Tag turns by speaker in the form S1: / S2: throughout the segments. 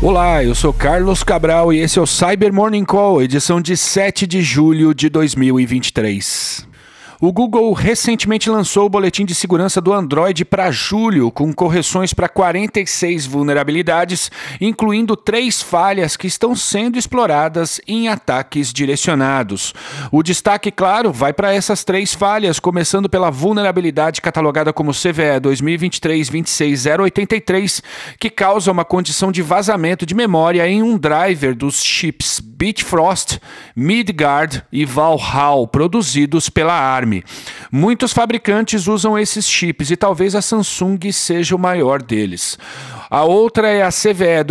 S1: Olá, eu sou Carlos Cabral e esse é o Cyber Morning Call, edição de 7 de julho de 2023. O Google recentemente lançou o boletim de segurança do Android para julho, com correções para 46 vulnerabilidades, incluindo 3 falhas que estão sendo exploradas em ataques direcionados. O destaque, claro, vai para essas 3 falhas, começando pela vulnerabilidade catalogada como CVE 2023-26083, que causa uma condição de vazamento de memória em um driver dos chips Bifrost, Midgard e Valhalla, produzidos pela ARM. Muitos fabricantes usam esses chips e talvez a Samsung seja o maior deles. A outra é a CVE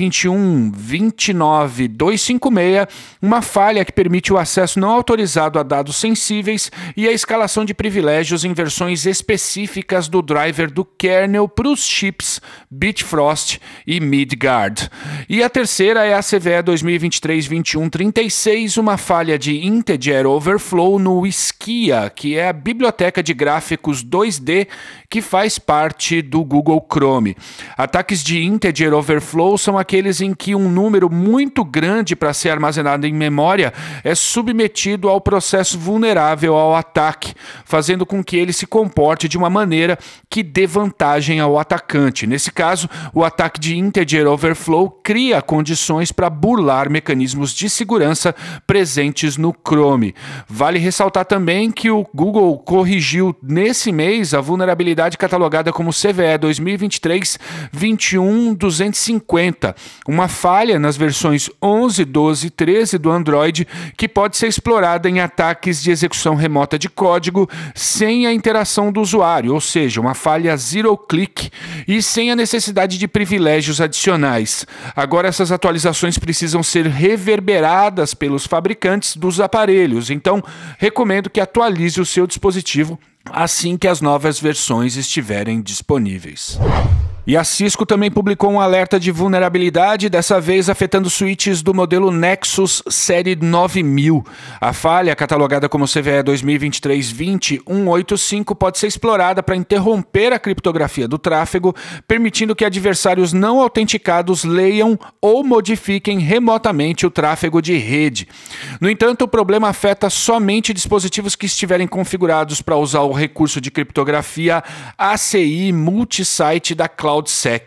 S1: 2021-29256, uma falha que permite o acesso não autorizado a dados sensíveis e a escalação de privilégios em versões específicas do driver do kernel para os chips Bifrost e Midgard. E a terceira é a CVE 2023-2136, uma falha de integer overflow no Skia, que é a biblioteca de gráficos 2D que faz parte do Google Chrome. Ataques de integer overflow são aqueles em que um número muito grande para ser armazenado em memória é submetido ao processo vulnerável ao ataque, fazendo com que ele se comporte de uma maneira que dê vantagem ao atacante. Nesse caso, o ataque de integer overflow cria condições para burlar mecanismos de segurança presentes no Chrome. Vale ressaltar também que o Google corrigiu nesse mês a vulnerabilidade catalogada como CVE 2023-21250, uma falha nas versões 11, 12 e 13 do Android que pode ser explorada em ataques de execução remota de código sem a interação do usuário, ou seja, uma falha zero-click e sem a necessidade de privilégios adicionais. Agora, essas atualizações precisam ser reverberadas pelos fabricantes dos aparelhos, então recomendo que atualize o seu dispositivo assim que as novas versões estiverem disponíveis. E a Cisco também publicou um alerta de vulnerabilidade, dessa vez afetando switches do modelo Nexus Série 9000. A falha, catalogada como CVE 2023-20185, pode ser explorada para interromper a criptografia do tráfego, permitindo que adversários não autenticados leiam ou modifiquem remotamente o tráfego de rede. No entanto, o problema afeta somente dispositivos que estiverem configurados para usar o recurso de criptografia ACI multisite da CloudSec.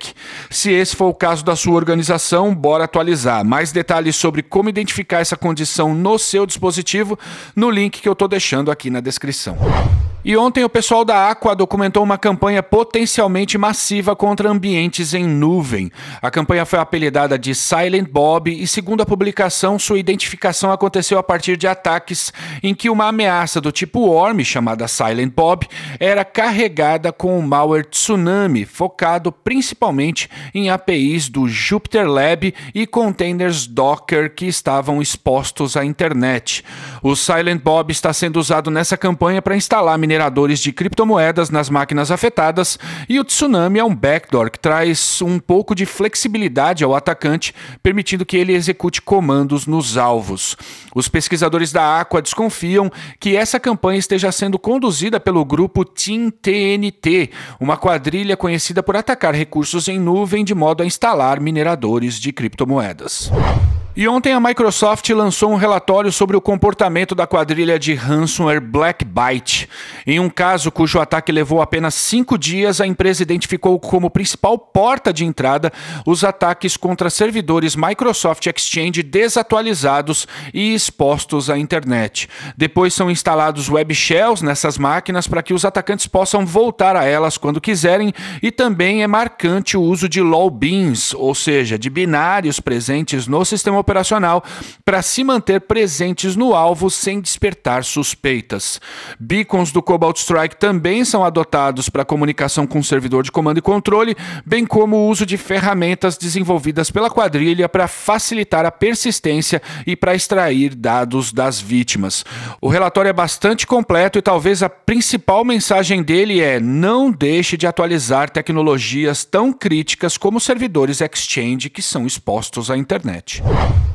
S1: Se esse for o caso da sua organização, bora atualizar. Mais detalhes sobre como identificar essa condição no seu dispositivo no link que eu estou deixando aqui na descrição. E ontem o pessoal da Aqua documentou uma campanha potencialmente massiva contra ambientes em nuvem. A campanha foi apelidada de Silent Bob e, segundo a publicação, sua identificação aconteceu a partir de ataques em que uma ameaça do tipo Worm, chamada Silent Bob, era carregada com o malware Tsunami, focado principalmente em APIs do Jupyter Lab e containers Docker que estavam expostos à internet. O Silent Bob está sendo usado nessa campanha para instalar mineradores de criptomoedas nas máquinas afetadas, e o Tsunami é um backdoor que traz um pouco de flexibilidade ao atacante, permitindo que ele execute comandos nos alvos. Os pesquisadores da Aqua desconfiam que essa campanha esteja sendo conduzida pelo grupo Team TNT, uma quadrilha conhecida por atacar recursos em nuvem de modo a instalar mineradores de criptomoedas. E ontem a Microsoft lançou um relatório sobre o comportamento da quadrilha de ransomware Blackbyte. Em um caso cujo ataque levou apenas 5 dias, a empresa identificou como principal porta de entrada os ataques contra servidores Microsoft Exchange desatualizados e expostos à internet. Depois são instalados web shells nessas máquinas para que os atacantes possam voltar a elas quando quiserem, e também é marcante o uso de LOL beans, ou seja, de binários presentes no sistema operacional para se manter presentes no alvo sem despertar suspeitas. Beacons do Cobalt Strike também são adotados para comunicação com o servidor de comando e controle, bem como o uso de ferramentas desenvolvidas pela quadrilha para facilitar a persistência e para extrair dados das vítimas. O relatório é bastante completo e talvez a principal mensagem dele é: não deixe de atualizar tecnologias tão críticas como servidores Exchange que são expostos à internet.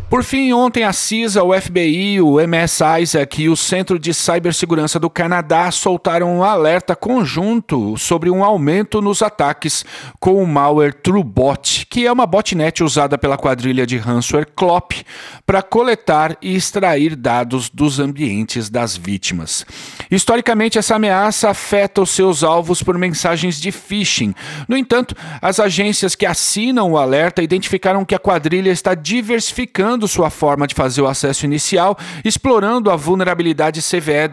S1: Por fim, ontem a CISA, o FBI, o MS-ISAC e o Centro de Cibersegurança do Canadá soltaram um alerta conjunto sobre um aumento nos ataques com o malware TrueBot, que é uma botnet usada pela quadrilha de ransomware Clop para coletar e extrair dados dos ambientes das vítimas. Historicamente, essa ameaça afeta os seus alvos por mensagens de phishing. No entanto, as agências que assinam o alerta identificaram que a quadrilha está diversificando sua forma de fazer o acesso inicial, explorando a vulnerabilidade CVE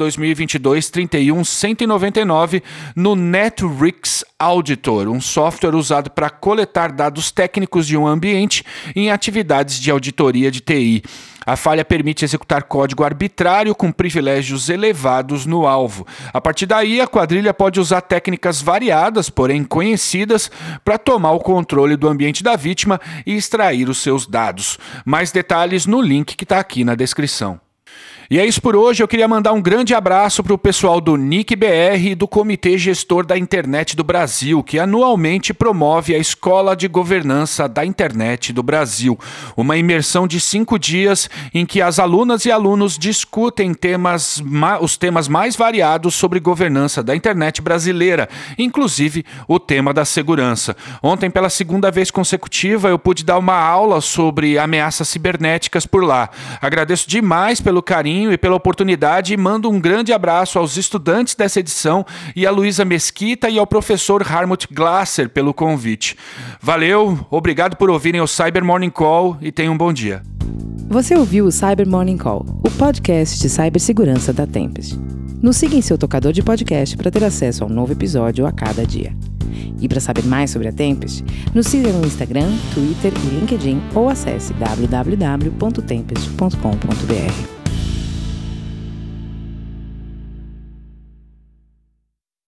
S1: 2022-31199 no NetRisk Auditor, um software usado para coletar dados técnicos de um ambiente em atividades de auditoria de TI. A falha permite executar código arbitrário com privilégios elevados no alvo. A partir daí, a quadrilha pode usar técnicas variadas, porém conhecidas, para tomar o controle do ambiente da vítima e extrair os seus dados. Mais detalhes no link que está aqui na descrição. E é isso por hoje. Eu queria mandar um grande abraço para o pessoal do NIC-BR e do Comitê Gestor da Internet do Brasil, que anualmente promove a Escola de Governança da Internet do Brasil, uma imersão de 5 dias em que as alunas e alunos discutem os temas mais variados sobre governança da internet brasileira, inclusive o tema da segurança. Ontem, pela segunda vez consecutiva, eu pude dar uma aula sobre ameaças cibernéticas por lá. Agradeço demais pelo carinho e pela oportunidade e mando um grande abraço aos estudantes dessa edição e a Luísa Mesquita e ao professor Harmut Glasser pelo convite. Valeu, obrigado por ouvirem o Cyber Morning Call e tenham um bom dia.
S2: Você ouviu o Cyber Morning Call, o podcast de cibersegurança da Tempest. Nos siga em seu tocador de podcast para ter acesso a um novo episódio a cada dia. E para saber mais sobre a Tempest, nos siga no Instagram, Twitter e LinkedIn ou acesse www.tempest.com.br.